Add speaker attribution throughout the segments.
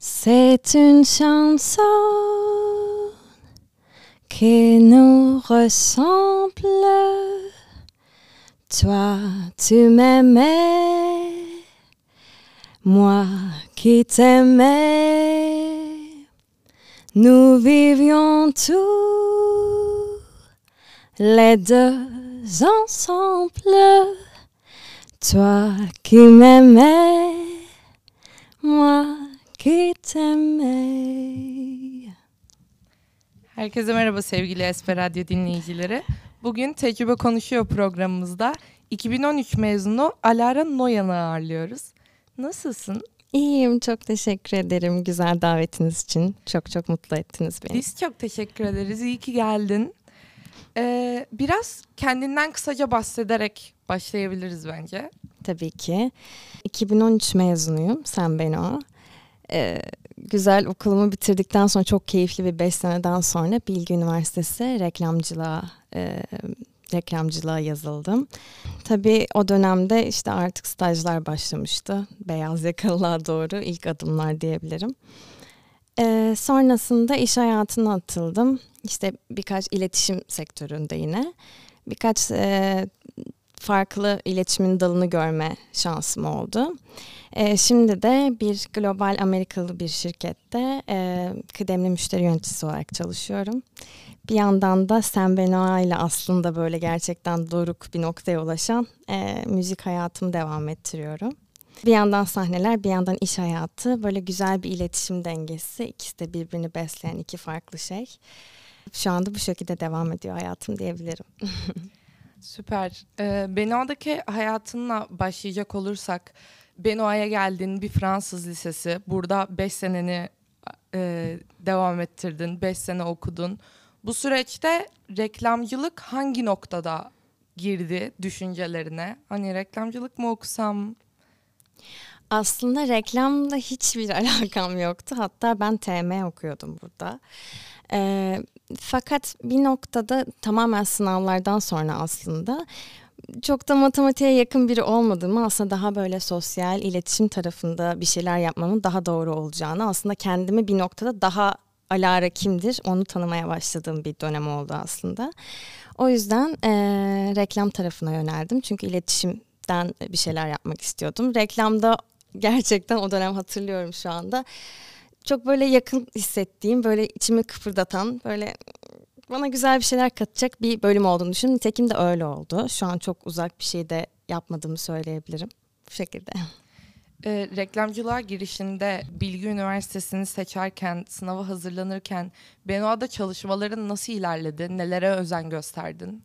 Speaker 1: C'est une chanson qui nous ressemble. Toi, tu m'aimais, moi qui t'aimais. Nous vivions tous les deux ensemble. Toi qui m'aimais, moi qui t'aimais.
Speaker 2: Herkese merhaba sevgili Esper Radyo dinleyicileri. Bugün Tecrübe Konuşuyor programımızda 2013 mezunu Alara Noyan'ı ağırlıyoruz. Nasılsın?
Speaker 1: İyiyim, çok teşekkür ederim güzel davetiniz için. Çok mutlu ettiniz beni.
Speaker 2: Biz çok teşekkür ederiz. İyi ki geldin. Biraz kendinden kısaca bahsederek başlayabiliriz bence.
Speaker 1: Tabii ki. 2013 mezunuyum, sen beni o. Güzel okulumu bitirdikten sonra çok keyifli bir 5 seneden sonra Bilgi Üniversitesi reklamcılığa yazıldım. Tabii o dönemde işte artık stajlar başlamıştı. Beyaz yakalılığa doğru ilk adımlar diyebilirim. Sonrasında iş hayatına atıldım. İşte birkaç iletişim sektöründe yine. Birkaç farklı iletişimin dalını görme şansım oldu. Şimdi de bir global Amerikalı bir şirkette kıdemli müşteri yöneticisi olarak çalışıyorum. Bir yandan da Sen Benoa ile aslında böyle gerçekten doruk bir noktaya ulaşan müzik hayatımı devam ettiriyorum. Bir yandan sahneler, bir yandan iş hayatı. Böyle güzel bir iletişim dengesi. İkisi de birbirini besleyen iki farklı şey. Şu anda bu şekilde devam ediyor hayatım diyebilirim.
Speaker 2: Süper. Benoa'daki hayatınla başlayacak olursak, Benoa'ya geldin, bir Fransız lisesi. Burada 5 seneni devam ettirdin, 5 sene okudun. Bu süreçte reklamcılık hangi noktada girdi düşüncelerine? Hani reklamcılık mı okusam?
Speaker 1: Aslında reklamla hiçbir alakam yoktu. Hatta ben TM okuyordum burada. Fakat bir noktada tamamen sınavlardan sonra aslında çok da matematiğe yakın biri olmadığımı, aslında daha böyle sosyal iletişim tarafında bir şeyler yapmamın daha doğru olacağını, aslında kendimi bir noktada daha Alara kimdir onu tanımaya başladığım bir dönem oldu aslında. O yüzden reklam tarafına yöneldim. Çünkü iletişimden bir şeyler yapmak istiyordum. Reklamda gerçekten o dönem hatırlıyorum şu anda. Çok böyle yakın hissettiğim, böyle içimi kıpırdatan, böyle bana güzel bir şeyler katacak bir bölüm olduğunu düşündüm. Nitekim de öyle oldu. Şu an çok uzak bir şey de yapmadığımı söyleyebilirim. Bu şekilde.
Speaker 2: Reklamcılığa girişinde Bilgi Üniversitesi'ni seçerken, sınava hazırlanırken Benoa'da çalışmaların nasıl ilerledi? Nelere özen gösterdin?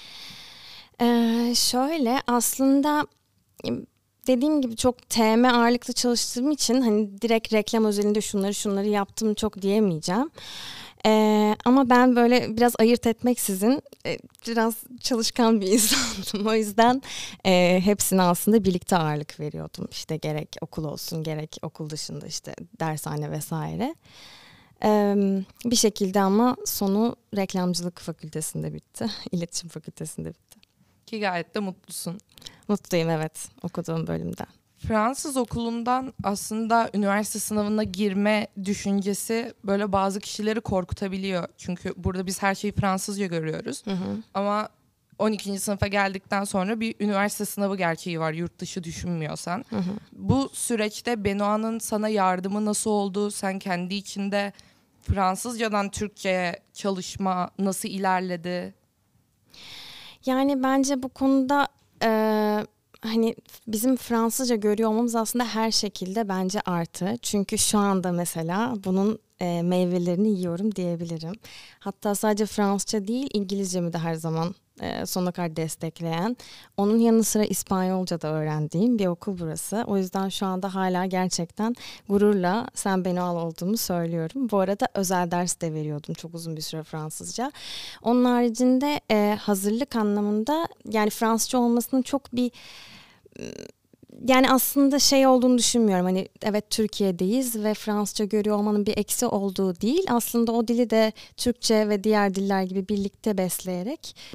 Speaker 1: Şöyle aslında dediğim gibi çok TM ağırlıklı çalıştığım için hani direkt reklam özelinde şunları yaptım çok diyemeyeceğim. Ama ben böyle biraz ayırt etmeksizin biraz çalışkan bir insandım. O yüzden hepsine aslında birlikte ağırlık veriyordum. İşte gerek okul olsun gerek okul dışında işte dershane vesaire. Bir şekilde ama sonu reklamcılık fakültesinde bitti. İletişim fakültesinde bitti.
Speaker 2: Ki gayet de mutlusun.
Speaker 1: Mutluyum, evet, okuduğum bölümden.
Speaker 2: Fransız okulundan aslında üniversite sınavına girme düşüncesi böyle bazı kişileri korkutabiliyor. Çünkü burada biz her şeyi Fransızca görüyoruz. Hı hı. Ama 12. sınıfa geldikten sonra bir üniversite sınavı gerçeği var, yurt dışı düşünmüyorsan. Hı hı. Bu süreçte Benoa'nın sana yardımı nasıl oldu? Sen kendi içinde Fransızcadan Türkçe'ye çalışma nasıl ilerledi?
Speaker 1: Yani bence bu konuda hani bizim Fransızca görüyor olmamız aslında her şekilde bence artı. Çünkü şu anda mesela bunun meyvelerini yiyorum diyebilirim. Hatta sadece Fransızca değil, İngilizcemi de her zaman sonuna kadar destekleyen, onun yanı sıra İspanyolca da öğrendiğim bir okul burası. O yüzden şu anda hala gerçekten gururla Sen Benoa olduğumu söylüyorum. Bu arada özel ders de veriyordum çok uzun bir süre Fransızca. Onun haricinde hazırlık anlamında yani Fransızca olmasının çok bir yani aslında şey olduğunu düşünmüyorum. Hani evet Türkiye'deyiz ve Fransızca görüyor olmanın bir eksi olduğu değil. Aslında o dili de Türkçe ve diğer diller gibi birlikte besleyerek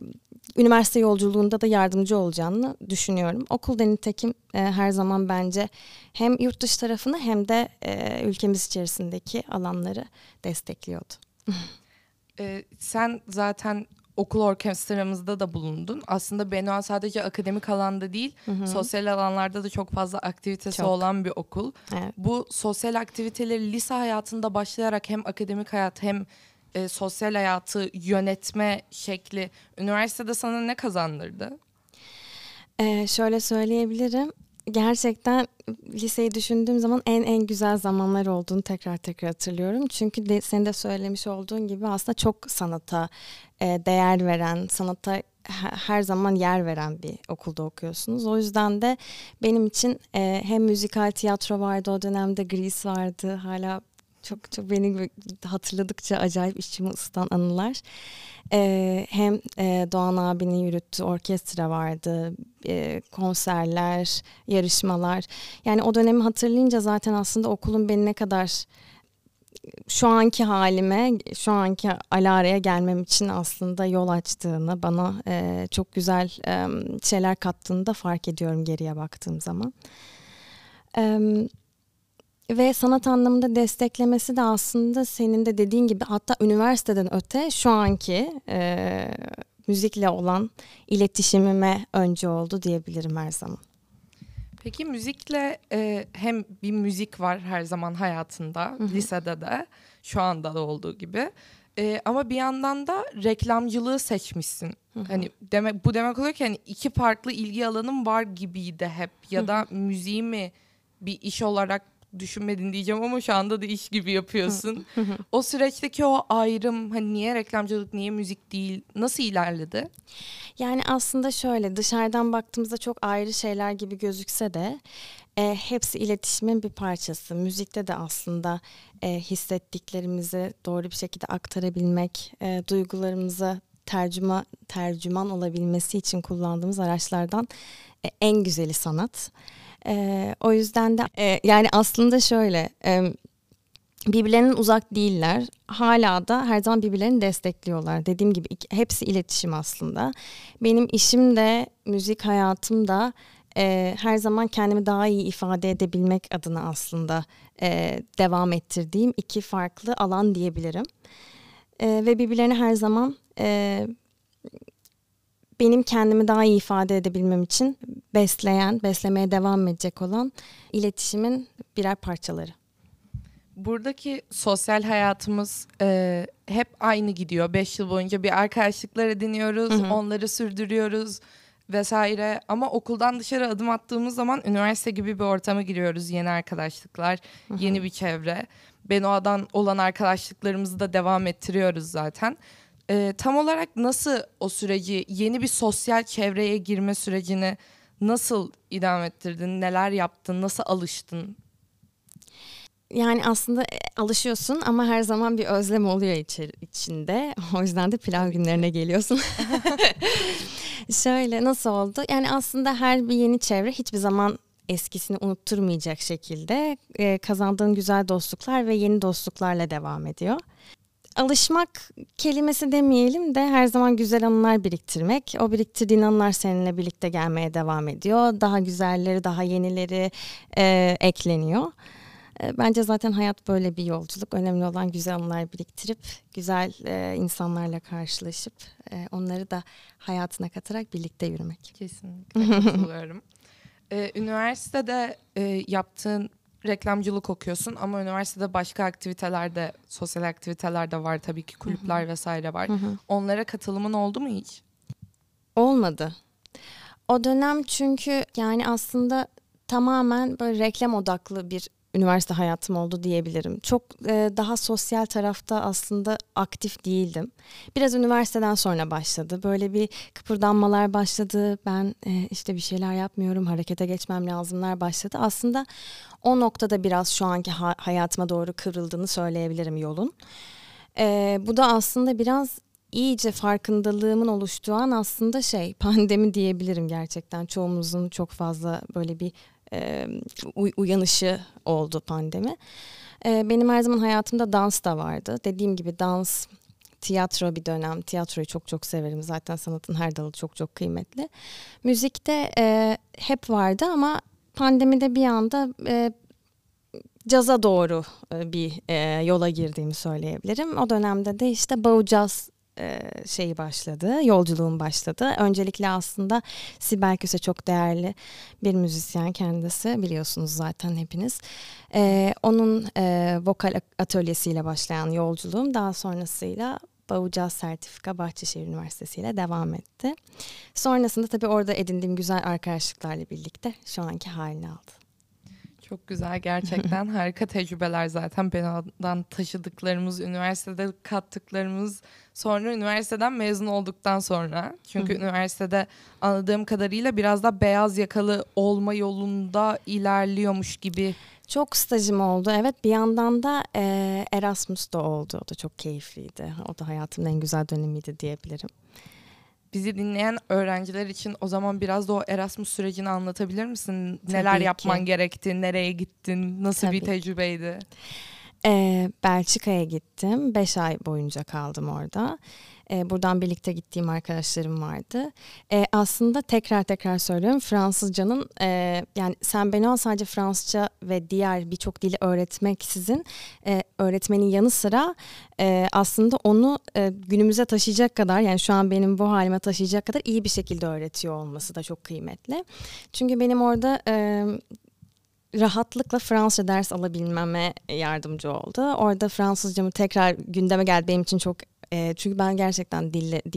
Speaker 1: üniversite yolculuğunda da yardımcı olacağını düşünüyorum. Okulda nitekim her zaman bence hem yurt dışı tarafını hem de ülkemiz içerisindeki alanları destekliyordu.
Speaker 2: Sen zaten okul orkestramızda da bulundun. Aslında Benoît sadece akademik alanda değil, sosyal alanlarda da çok fazla aktivitesi olan bir okul.
Speaker 1: Evet.
Speaker 2: Bu sosyal aktiviteleri lise hayatında başlayarak hem akademik hayat hem sosyal hayatı yönetme şekli üniversitede sana ne kazandırdı?
Speaker 1: Şöyle söyleyebilirim. Gerçekten liseyi düşündüğüm zaman en güzel zamanlar olduğunu tekrar hatırlıyorum. Çünkü senin de söylemiş olduğun gibi aslında çok sanata değer veren, sanata her zaman yer veren bir okulda okuyorsunuz. O yüzden de benim için hem müzikal tiyatro vardı o dönemde, Grease vardı. Hala çok beni hatırladıkça acayip içimi ısıtan anılar. Hem Doğan abinin yürüttüğü orkestra vardı, konserler, yarışmalar. Yani o dönemi hatırlayınca zaten aslında okulun beni ne kadar şu anki halime, şu anki Alara'ya gelmem için aslında yol açtığını, bana çok güzel şeyler kattığını da fark ediyorum geriye baktığım zaman. Ve sanat anlamında desteklemesi de aslında senin de dediğin gibi, hatta üniversiteden öte şu anki müzikle olan iletişimime önce oldu diyebilirim her zaman.
Speaker 2: Peki müzikle hem bir müzik var her zaman hayatında, lisede de, şu anda da olduğu gibi. Ama bir yandan da reklamcılığı seçmişsin. Hani bu demek oluyor ki hani iki farklı ilgi alanım var gibiydi hep, ya da müziği mi bir iş olarak düşünmedin diyeceğim ama şu anda da iş gibi yapıyorsun. O süreçteki o ayrım, hani niye reklamcılık, niye müzik değil, nasıl ilerledi?
Speaker 1: Yani aslında şöyle, dışarıdan baktığımızda çok ayrı şeyler gibi gözükse de hepsi iletişimin bir parçası. Müzikte de aslında hissettiklerimizi doğru bir şekilde aktarabilmek, duygularımıza tercüman olabilmesi için kullandığımız araçlardan en güzeli sanat. O yüzden de yani aslında şöyle, birbirlerinin uzak değiller. Hala da her zaman birbirlerini destekliyorlar. Dediğim gibi hepsi iletişim aslında. Benim işim de, müzik hayatım da her zaman kendimi daha iyi ifade edebilmek adına aslında devam ettirdiğim iki farklı alan diyebilirim. Ve birbirlerini her zaman benim kendimi daha iyi ifade edebilmem için beslemeye devam edecek olan iletişimin birer parçaları.
Speaker 2: Buradaki sosyal hayatımız hep aynı gidiyor. 5 yıl boyunca bir arkadaşlıklar ediniyoruz, onları sürdürüyoruz vesaire. Ama okuldan dışarı adım attığımız zaman üniversite gibi bir ortama giriyoruz. Yeni arkadaşlıklar, yeni bir çevre. Benoît'dan olan arkadaşlıklarımızı da devam ettiriyoruz zaten. Tam olarak nasıl o süreci, yeni bir sosyal çevreye girme sürecini nasıl idame ettirdin? Neler yaptın? Nasıl alıştın?
Speaker 1: Yani aslında alışıyorsun ama her zaman bir özlem oluyor içinde. O yüzden de pilav günlerine geliyorsun. Şöyle, nasıl oldu? Yani aslında her bir yeni çevre hiçbir zaman eskisini unutturmayacak şekilde kazandığın güzel dostluklar ve yeni dostluklarla devam ediyor. Alışmak kelimesi demeyelim de her zaman güzel anılar biriktirmek. O biriktirdiğin anılar seninle birlikte gelmeye devam ediyor. Daha güzelleri, daha yenileri ekleniyor. Bence zaten hayat böyle bir yolculuk. Önemli olan güzel anılar biriktirip, güzel insanlarla karşılaşıp onları da hayatına katarak birlikte yürümek.
Speaker 2: Kesinlikle katılıyorum. Üniversitede yaptığın reklamcılık okuyorsun ama üniversitede başka aktivitelerde, sosyal aktivitelerde var tabii ki, kulüpler vesaire var. Onlara katılımın oldu mu hiç?
Speaker 1: Olmadı. O dönem çünkü yani aslında tamamen böyle reklam odaklı bir üniversite hayatım oldu diyebilirim. Çok daha sosyal tarafta aslında aktif değildim. Biraz üniversiteden sonra başladı. Böyle bir kıpırdanmalar başladı. Ben işte bir şeyler yapmıyorum, harekete geçmem lazımlar başladı. Aslında o noktada biraz şu anki hayatıma doğru kıvrıldığını söyleyebilirim yolun. Bu da aslında biraz iyice farkındalığımın oluştuğu an aslında pandemi diyebilirim gerçekten. Çoğumuzun çok fazla böyle bir uyanışı oldu pandemi. Benim her zaman hayatımda dans da vardı. Dediğim gibi dans, tiyatro bir dönem. Tiyatroyu çok çok severim. Zaten sanatın her dalı çok çok kıymetli. Müzikte hep vardı ama pandemide bir anda caza doğru bir yola girdiğimi söyleyebilirim. O dönemde de işte Bao Jazz şeyi başladı, yolculuğum başladı. Öncelikle aslında Sibel Köse çok değerli bir müzisyen kendisi, biliyorsunuz zaten hepiniz. Onun vokal atölyesiyle başlayan yolculuğum daha sonrasıyla Bao Jazz Sertifika Bahçeşehir Üniversitesi ile devam etti. Sonrasında tabii orada edindiğim güzel arkadaşlıklarla birlikte şu anki halini aldı.
Speaker 2: Çok güzel, gerçekten harika tecrübeler zaten Benoa'dan taşıdıklarımız, üniversitede kattıklarımız, sonra üniversiteden mezun olduktan sonra. Çünkü üniversitede anladığım kadarıyla biraz da beyaz yakalı olma yolunda ilerliyormuş gibi.
Speaker 1: Çok stajım oldu, evet. Bir yandan da Erasmus da oldu. O da çok keyifliydi. O da hayatımın en güzel dönemiydi diyebilirim.
Speaker 2: Bizi dinleyen öğrenciler için o zaman biraz da o Erasmus sürecini anlatabilir misin?
Speaker 1: Tabii
Speaker 2: Neler
Speaker 1: ki.
Speaker 2: yapman gerekti, nereye gittin, nasıl
Speaker 1: Tabii
Speaker 2: bir tecrübeydi?
Speaker 1: Belçika'ya gittim. 5 ay boyunca kaldım orada. Buradan birlikte gittiğim arkadaşlarım vardı. Aslında tekrar söylüyorum, Fransızcanın yani Saint Benoît sadece Fransızca ve diğer birçok dili öğretmeksizin öğretmenin yanı sıra aslında onu günümüze taşıyacak kadar, yani şu an benim bu halime taşıyacak kadar iyi bir şekilde öğretiyor olması da çok kıymetli. Çünkü benim orada rahatlıkla Fransızca ders alabilmeme yardımcı oldu. Orada Fransızcamı tekrar gündeme geldi benim için çok. Çünkü ben gerçekten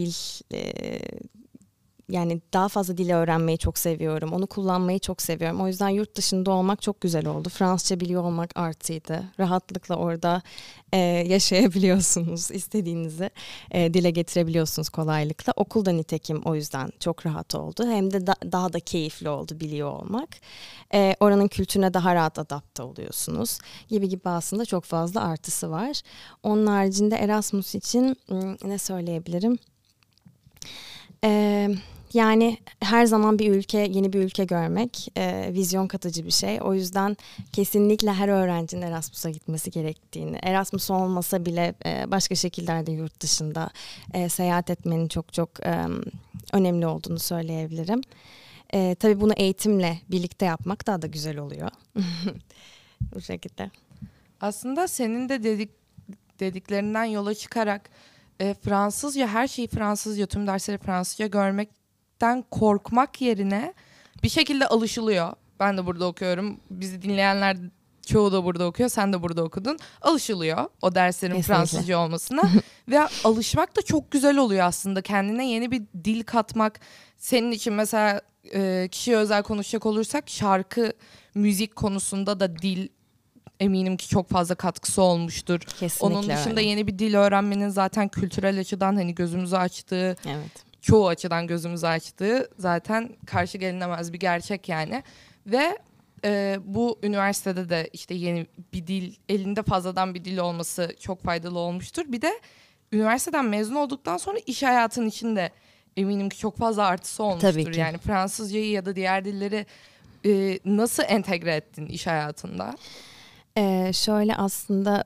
Speaker 1: yani daha fazla dili öğrenmeyi çok seviyorum. Onu kullanmayı çok seviyorum. O yüzden yurt dışında olmak çok güzel oldu. Fransızca biliyor olmak artıydı. Rahatlıkla orada yaşayabiliyorsunuz. İstediğinizi dile getirebiliyorsunuz kolaylıkla. Okulda nitekim o yüzden çok rahat oldu. Hem de daha da keyifli oldu biliyor olmak. Oranın kültürüne daha rahat adapte oluyorsunuz. Gibi aslında çok fazla artısı var. Onun haricinde Erasmus için ne söyleyebilirim? Yani her zaman yeni bir ülke görmek vizyon katıcı bir şey. O yüzden kesinlikle her öğrencinin Erasmus'a gitmesi gerektiğini, Erasmus olmasa bile başka şekillerde yurt dışında seyahat etmenin çok çok önemli olduğunu söyleyebilirim. Tabii bunu eğitimle birlikte yapmak daha da güzel oluyor. Bu şekilde.
Speaker 2: Aslında senin de dediklerinden yola çıkarak Fransızca, her şeyi Fransızca, tüm dersleri Fransızca görmekten korkmak yerine bir şekilde alışılıyor. Ben de burada okuyorum. Bizi dinleyenler çoğu da burada okuyor. Sen de burada okudun. Alışılıyor o derslerin
Speaker 1: Kesinlikle.
Speaker 2: Fransızca olmasına. Ve alışmak da çok güzel oluyor aslında. Kendine yeni bir dil katmak. Senin için mesela kişiye özel konuşacak olursak şarkı, müzik konusunda da dil eminim ki çok fazla katkısı olmuştur.
Speaker 1: Kesinlikle
Speaker 2: Onun dışında
Speaker 1: öyle.
Speaker 2: yeni bir dil öğrenmenin zaten kültürel açıdan hani gözümüzü açtığı,
Speaker 1: Evet.
Speaker 2: çoğu açıdan gözümüzü açtığı zaten karşı gelinemez bir gerçek yani. Ve bu üniversitede de işte yeni bir dil, elinde fazladan bir dil olması çok faydalı olmuştur. Bir de üniversiteden mezun olduktan sonra iş hayatının içinde eminim ki çok fazla artısı olmuştur.
Speaker 1: Tabii ki.
Speaker 2: Yani Fransızcayı ya da diğer dilleri nasıl entegre ettin iş hayatında?
Speaker 1: Şöyle aslında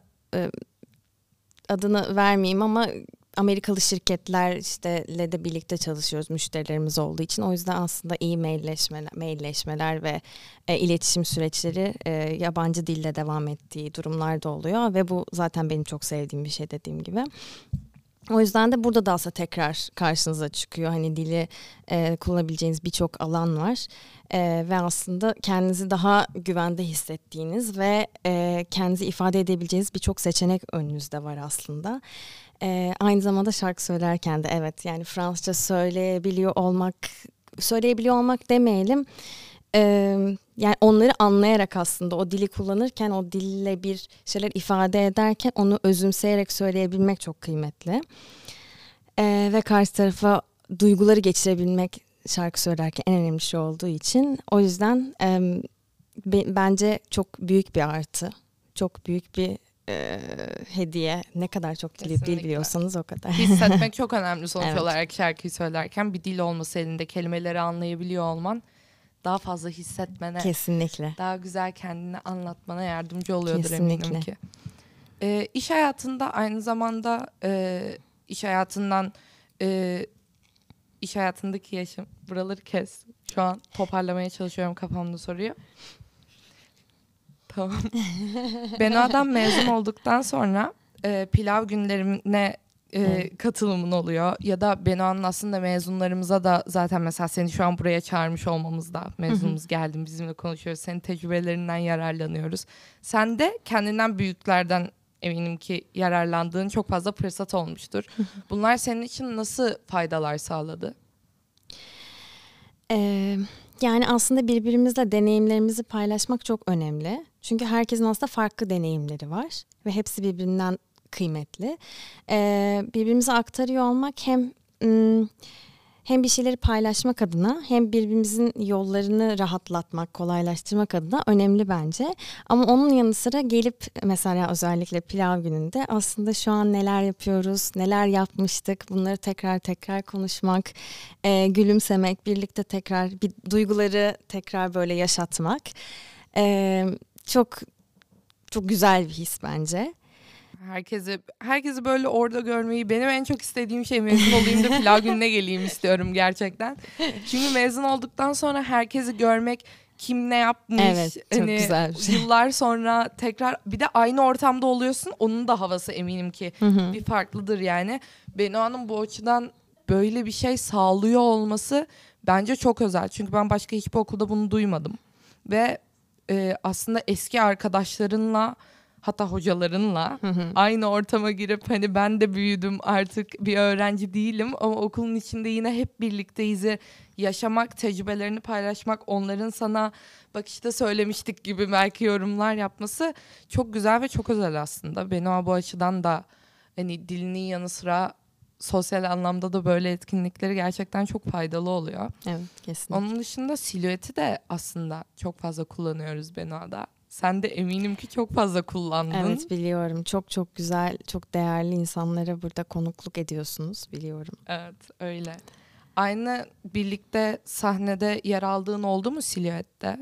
Speaker 1: adını vermeyeyim ama Amerikalı şirketler işte de birlikte çalışıyoruz, müşterilerimiz olduğu için. O yüzden aslında iyi mailleşmeler ve iletişim süreçleri yabancı dille devam ettiği durumlar da oluyor ve bu zaten benim çok sevdiğim bir şey, dediğim gibi. O yüzden de burada da aslında tekrar karşınıza çıkıyor. Hani dili kullanabileceğiniz birçok alan var. Ve aslında kendinizi daha güvende hissettiğiniz ve kendinizi ifade edebileceğiniz birçok seçenek önünüzde var aslında. Aynı zamanda şarkı söylerken de evet, yani Fransızca söyleyebiliyor olmak demeyelim. Yani onları anlayarak aslında o dili kullanırken, o dille bir şeyler ifade ederken onu özümseyerek söyleyebilmek çok kıymetli. Ve karşı tarafa duyguları geçirebilmek şarkı söylerken en önemli şey olduğu için, o yüzden bence çok büyük bir artı, çok büyük bir hediye. Ne kadar çok dil biliyorsanız o kadar.
Speaker 2: Hissetmek çok önemli sonuç
Speaker 1: Evet.
Speaker 2: olarak şarkıyı söylerken. Bir dil olması, elinde kelimeleri anlayabiliyor olman daha fazla hissetmene,
Speaker 1: Kesinlikle.
Speaker 2: daha güzel kendini anlatmana yardımcı oluyordur
Speaker 1: Kesinlikle.
Speaker 2: eminim ki. İş hayatında aynı zamanda iş hayatından iş hayatındaki yaşım. Buraları kes. Şu an toparlamaya çalışıyorum kafamda soruyu. Tamam. Benoa'dan mezun olduktan sonra pilav günlerine katılımın oluyor. Ya da Benoa'nın aslında mezunlarımıza da zaten mesela seni şu an buraya çağırmış olmamızda, mezunumuz geldin bizimle konuşuyoruz. Senin tecrübelerinden yararlanıyoruz. Sen de kendinden büyüklerden eminim ki yararlandığın çok fazla fırsat olmuştur. Bunlar senin için nasıl faydalar sağladı?
Speaker 1: Yani aslında birbirimizle deneyimlerimizi paylaşmak çok önemli. Çünkü herkesin aslında farklı deneyimleri var ve hepsi birbirinden kıymetli. Birbirimize aktarıyor olmak hem bir şeyleri paylaşmak adına hem birbirimizin yollarını rahatlatmak, kolaylaştırmak adına önemli bence. Ama onun yanı sıra gelip mesela özellikle pilav gününde aslında şu an neler yapıyoruz, neler yapmıştık bunları tekrar konuşmak, gülümsemek, birlikte tekrar bir duyguları tekrar böyle yaşatmak çok çok güzel bir his bence.
Speaker 2: Herkesi böyle orada görmeyi benim en çok istediğim şey mezun olayım da pilav gününe geleyim istiyorum gerçekten. Çünkü mezun olduktan sonra herkesi görmek, kim ne yapmış,
Speaker 1: evet, çok güzel bir şey.
Speaker 2: Yıllar sonra tekrar bir de aynı ortamda oluyorsun. Onun da havası eminim ki bir farklıdır yani. Benoa'nın bu açıdan böyle bir şey sağlıyor olması bence çok özel. Çünkü ben başka hiçbir okulda bunu duymadım. Ve aslında eski arkadaşlarınla hatta hocalarınla aynı ortama girip hani ben de büyüdüm artık bir öğrenci değilim ama okulun içinde yine hep birlikteyiz yaşamak, tecrübelerini paylaşmak, onların sana bak işte söylemiştik gibi belki yorumlar yapması çok güzel ve çok özel aslında. Benoa bu açıdan da hani dilinin yanı sıra sosyal anlamda da böyle etkinlikleri gerçekten çok faydalı oluyor.
Speaker 1: Evet, kesinlikle.
Speaker 2: Onun dışında silüeti de aslında çok fazla kullanıyoruz Benoa'da. Sen de eminim ki çok fazla kullandın.
Speaker 1: Evet, biliyorum. Çok çok güzel, çok değerli insanlara burada konukluk ediyorsunuz, biliyorum.
Speaker 2: Evet, öyle. Aynı birlikte sahnede yer aldığın oldu mu silüette?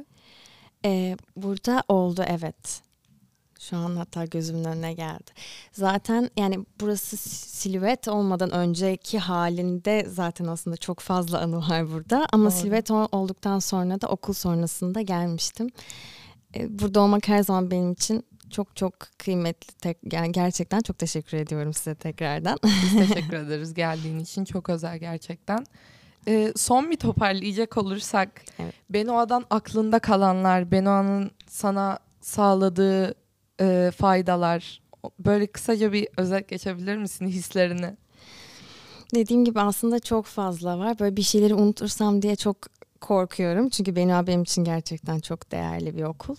Speaker 1: Burada oldu, evet. Şu an hatta gözümün önüne geldi. Zaten yani burası silüet olmadan önceki halinde zaten aslında çok fazla anı var burada. Ama
Speaker 2: doğru.
Speaker 1: Silüet olduktan sonra da okul sonrasında gelmiştim. Burada olmak her zaman benim için çok çok kıymetli. Yani gerçekten çok teşekkür ediyorum size tekrardan.
Speaker 2: Biz teşekkür ederiz geldiğin için. Çok özel gerçekten. Son bir toparlayacak olursak,
Speaker 1: evet.
Speaker 2: Benoa'dan aklında kalanlar, Benoa'nın sana sağladığı faydalar. Böyle kısaca bir özet geçebilir misin hislerini?
Speaker 1: Dediğim gibi aslında çok fazla var. Böyle bir şeyleri unutursam diye çok korkuyorum. Çünkü benim için gerçekten çok değerli bir okul.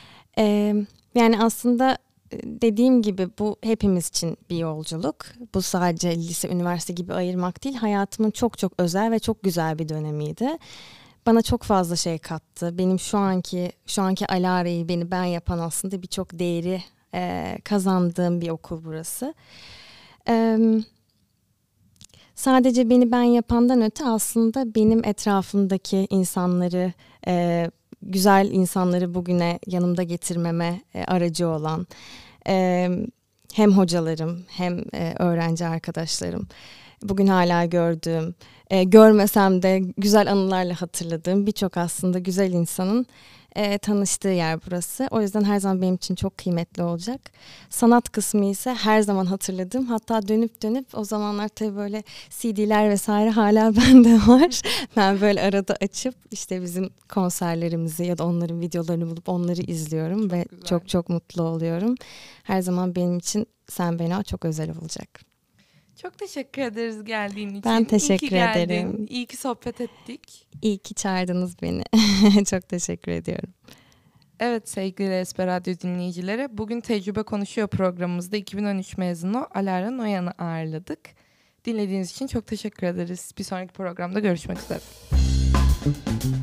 Speaker 1: Yani aslında dediğim gibi bu hepimiz için bir yolculuk. Bu sadece lise, üniversite gibi ayırmak değil. Hayatımın çok çok özel ve çok güzel bir dönemiydi. Bana çok fazla şey kattı. Benim şu anki Alara'yı beni ben yapan aslında birçok değeri kazandığım bir okul burası. Sadece beni ben yapandan öte aslında benim etrafımdaki insanları, güzel insanları bugüne yanımda getirmeme aracı olan hem hocalarım hem öğrenci arkadaşlarım, bugün hala gördüğüm, görmesem de güzel anılarla hatırladığım birçok aslında güzel insanın tanıştığı yer burası. O yüzden her zaman benim için çok kıymetli olacak. Sanat kısmı ise her zaman hatırladığım, hatta dönüp o zamanlar tabii böyle CD'ler vesaire hala bende var. Ben böyle arada açıp işte bizim konserlerimizi ya da onların videolarını bulup onları izliyorum çok ve güzel. Çok çok mutlu oluyorum. Her zaman benim için Sen Benoa çok özel olacak.
Speaker 2: Çok teşekkür ederiz geldiğin için.
Speaker 1: Ben teşekkür ederim.
Speaker 2: İyi ki sohbet ettik.
Speaker 1: İyi ki çağırdınız beni. Çok teşekkür ediyorum.
Speaker 2: Evet sevgili Esper Radyo dinleyicileri, bugün Tecrübe Konuşuyor programımızda 2013 mezunu Alara Noyan'ı ağırladık. Dinlediğiniz için çok teşekkür ederiz. Bir sonraki programda görüşmek üzere.